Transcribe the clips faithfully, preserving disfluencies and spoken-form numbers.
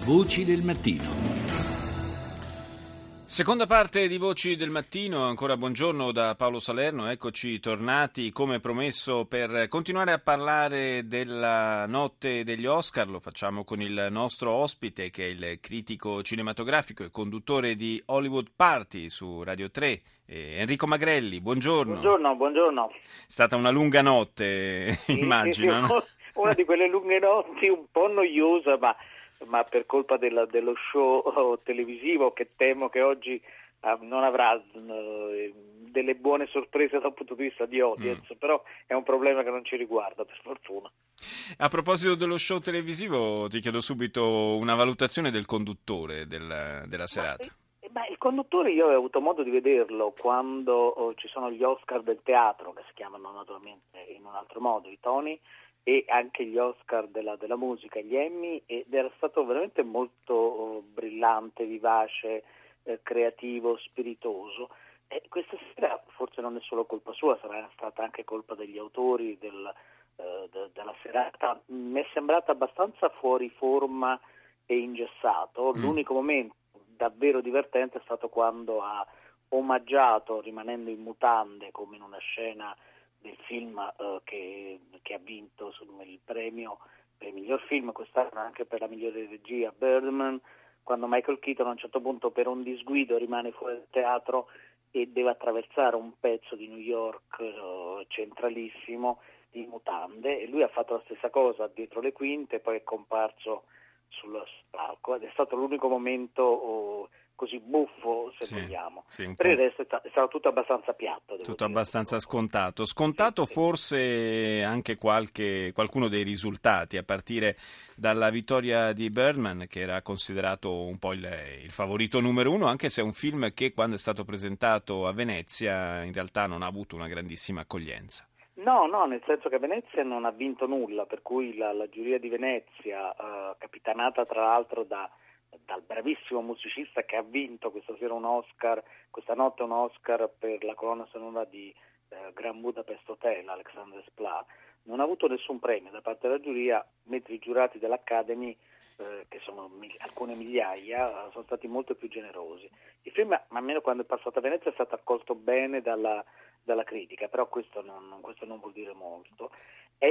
Voci del mattino. Seconda parte di Voci del Mattino, ancora buongiorno da Paolo Salerno, eccoci tornati come promesso per continuare a parlare della notte degli Oscar. Lo facciamo con il nostro ospite che è il critico cinematografico e conduttore di Hollywood Party su Radio tre, eh, Enrico Magrelli, buongiorno. Buongiorno, buongiorno. È stata una lunga notte, Sì, immagino. sì, sì, no? Una di quelle lunghe notti un po' noiosa, ma... ma per colpa della, dello show televisivo che temo che oggi uh, non avrà uh, delle buone sorprese dal punto di vista di audience, mm. però è un problema che non ci riguarda, per fortuna. A proposito dello show televisivo, ti chiedo subito una valutazione del conduttore del, della serata. Ma, eh, ma il conduttore io ho avuto modo di vederlo quando oh, ci sono gli Oscar del teatro, che si chiamano naturalmente in un altro modo, i Tony, e anche gli Oscar della, della musica, gli Emmy, ed era stato veramente molto oh, brillante, vivace, eh, creativo, spiritoso. E questa sera forse non è solo colpa sua, sarà stata anche colpa degli autori del, eh, de, della serata. Mi è sembrata abbastanza fuori forma e ingessato. Mm. L'unico momento davvero divertente è stato quando ha omaggiato, rimanendo in mutande come in una scena del film uh, che, che ha vinto il premio per il miglior film, quest'anno anche per la migliore regia, Birdman, quando Michael Keaton a un certo punto per un disguido rimane fuori dal teatro e deve attraversare un pezzo di New York uh, centralissimo in mutande, e lui ha fatto la stessa cosa dietro le quinte, poi è comparso sul palco ed è stato l'unico momento uh, così buffo, se sì, vogliamo. Sì, per il resto è stato tutto abbastanza piatto. Tutto dire, abbastanza purtroppo. scontato. Scontato sì, forse sì. anche qualche, qualcuno dei risultati, a partire dalla vittoria di Birdman, che era considerato un po' il, il favorito numero uno, anche se è un film che quando è stato presentato a Venezia in realtà non ha avuto una grandissima accoglienza. No, no, nel senso che Venezia non ha vinto nulla, per cui la, la giuria di Venezia, uh, capitanata tra l'altro da dal bravissimo musicista che ha vinto questa sera un Oscar, questa notte un Oscar per la colonna sonora di eh, Grand Budapest Hotel, Alexander Splat, non ha avuto nessun premio da parte della giuria, mentre i giurati dell'Academy, eh, che sono mil- alcune migliaia, sono stati molto più generosi. Il film, almeno quando è passato a Venezia, è stato accolto bene dalla, dalla critica, però questo non, questo non vuol dire molto. È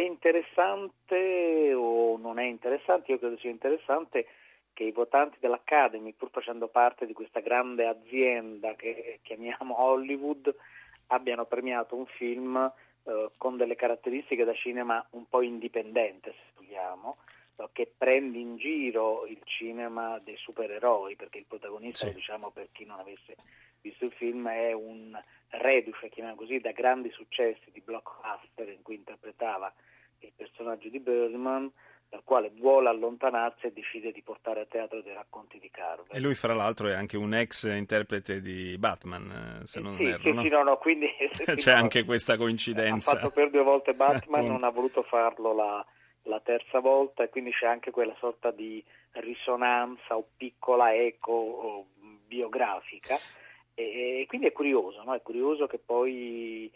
interessante o non è interessante? Io credo sia interessante che i votanti dell'Academy, pur facendo parte di questa grande azienda che chiamiamo Hollywood, abbiano premiato un film eh, con delle caratteristiche da cinema un po' indipendente, se vogliamo, eh, che prende in giro il cinema dei supereroi, perché il protagonista, sì. diciamo per chi non avesse visto il film, è un reduce, chiamiamo così, da grandi successi di blockbuster in cui interpretava il personaggio di Birdman, dal quale vuole allontanarsi e decide di portare a teatro dei racconti di Carver. E lui, fra l'altro, è anche un ex interprete di Batman, se non sì, erro, sì, no? sì, no, no, quindi c'è no, anche questa coincidenza. Ha fatto per due volte Batman, non ha voluto farlo la, la terza volta, e quindi c'è anche quella sorta di risonanza o piccola eco o biografica, e, e quindi è curioso, no? È curioso che poi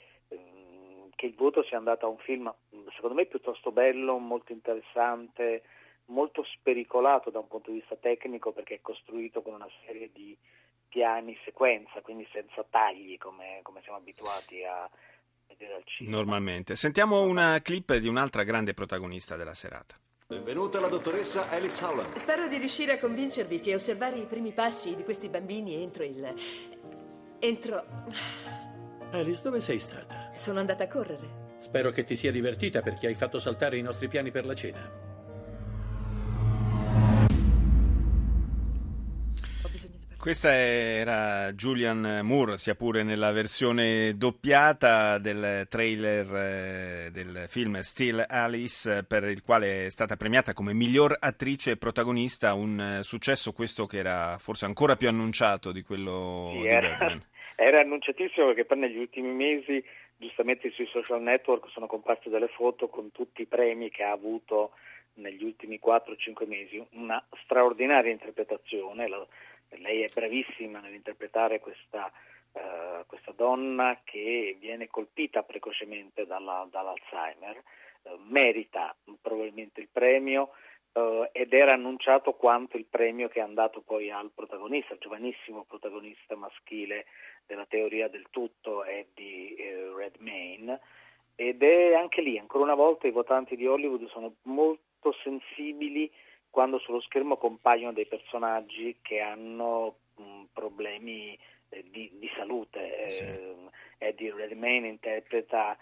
che il voto sia andato a un film secondo me piuttosto bello, molto interessante, molto spericolato da un punto di vista tecnico, perché è costruito con una serie di piani sequenza, quindi senza tagli come, come siamo abituati a vedere al cinema. Normalmente. Sentiamo una clip di un'altra grande protagonista della serata. Benvenuta la dottoressa Alice Howland. Spero di riuscire a convincervi che osservare i primi passi di questi bambini entro il... entro... Alice, dove sei stata? Sono andata a correre. Spero che ti sia divertita, perché hai fatto saltare i nostri piani per la cena. Ho bisogno di parlare. Questa era Julianne Moore, sia pure nella versione doppiata del trailer eh, del film Still Alice, per il quale è stata premiata come miglior attrice protagonista, un eh, successo questo che era forse ancora più annunciato di quello sì, di era, Birdman. Era annunciatissimo, perché poi negli ultimi mesi giustamente sui social network sono comparse delle foto con tutti i premi che ha avuto negli ultimi quattro cinque mesi. Una straordinaria interpretazione, la, lei è bravissima nell'interpretare questa, uh, questa donna che viene colpita precocemente dalla, dall'Alzheimer, uh, merita probabilmente il premio, uh, ed era annunciato quanto il premio che è andato poi al protagonista, il giovanissimo protagonista maschile della teoria del tutto, Eddie eh, Redmayne, ed è anche lì, ancora una volta, i votanti di Hollywood sono molto sensibili quando sullo schermo compaiono dei personaggi che hanno mh, problemi eh, di, di salute. Sì. Eh, Eddie Redmayne interpreta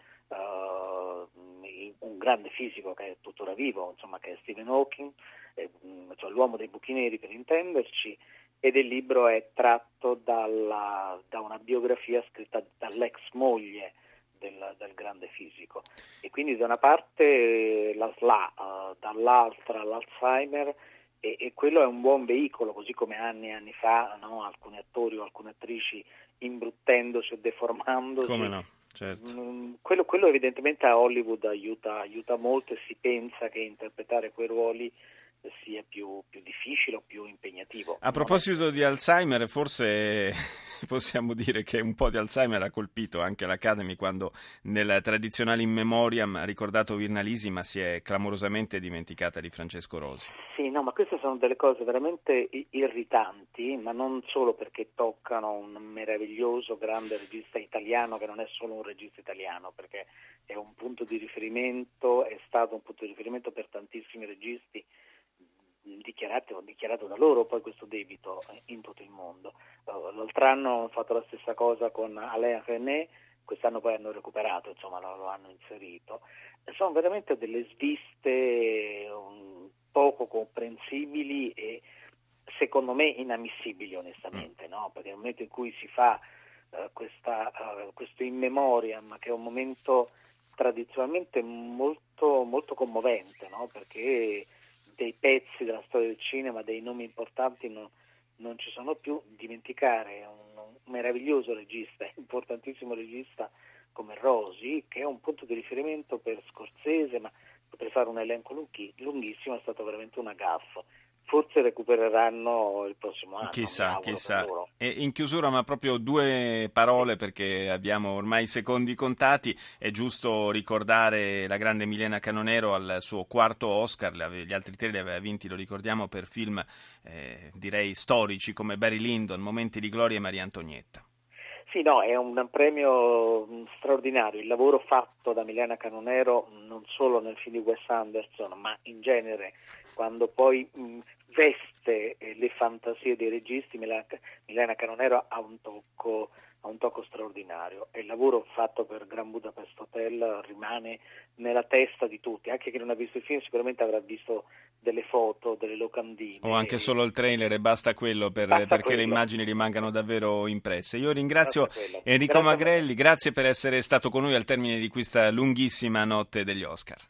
uh, un grande fisico che è tuttora vivo, insomma, che è Stephen Hawking, eh, cioè l'uomo dei buchi neri per intenderci, ed il libro è tratto dalla, da una biografia scritta dall'ex moglie del, del grande fisico, e quindi da una parte la S L A, uh, dall'altra l'Alzheimer, e, e quello è un buon veicolo, così come anni e anni fa, no, alcuni attori o alcune attrici imbruttendosi o deformandosi. Come no, certo. Mm, quello, quello evidentemente a Hollywood aiuta, aiuta molto, e si pensa che interpretare quei ruoli sia più, più difficile o più impegnativo. A proposito è... di Alzheimer, forse possiamo dire che un po' di Alzheimer ha colpito anche l'Academy quando nel tradizionale in memoriam ha ricordato Virna Lisi, ma si è clamorosamente dimenticata di Francesco Rosi. Sì, no, ma queste sono delle cose veramente irritanti, ma non solo perché toccano un meraviglioso grande regista italiano che non è solo un regista italiano, perché è un punto di riferimento, è stato un punto di riferimento per tantissimi registi, dichiarato, dichiarato da loro poi questo debito in tutto il mondo. L'altro anno hanno fatto la stessa cosa con Alain Resnais, quest'anno poi hanno recuperato, insomma lo, lo hanno inserito. Sono veramente delle sviste um, poco comprensibili e secondo me inammissibili, onestamente, no? Perché nel momento in cui si fa uh, questa, uh, questo in memoriam, che è un momento tradizionalmente molto, molto commovente, no? Perché dei pezzi della storia del cinema, dei nomi importanti non, non ci sono più, dimenticare un, un meraviglioso regista, importantissimo regista come Rosi, che è un punto di riferimento per Scorsese, ma potrei fare un elenco lunghi, lunghissimo, è stato veramente una gaffa. Forse recupereranno il prossimo anno. Chissà, chissà. E in chiusura, ma proprio due parole, perché abbiamo ormai i secondi contati. È giusto ricordare la grande Milena Canonero al suo quarto Oscar, gli altri tre li aveva vinti, lo ricordiamo, per film eh, direi storici come Barry Lyndon, Momenti di gloria e Maria Antonietta. Sì, no, è un premio straordinario. Il lavoro fatto da Milena Canonero non solo nel film di Wes Anderson, ma in genere, quando poi mh, veste eh, le fantasie dei registi, Milena, Milena Canonero ha un tocco ha un tocco straordinario, e il lavoro fatto per Grand Budapest Hotel rimane nella testa di tutti. Anche chi non ha visto il film sicuramente avrà visto delle foto, delle locandine. O anche solo il trailer, e basta quello per, basta perché quello. le immagini rimangano davvero impresse. Io ringrazio Enrico Grazie Magrelli, grazie per essere stato con noi al termine di questa lunghissima notte degli Oscar.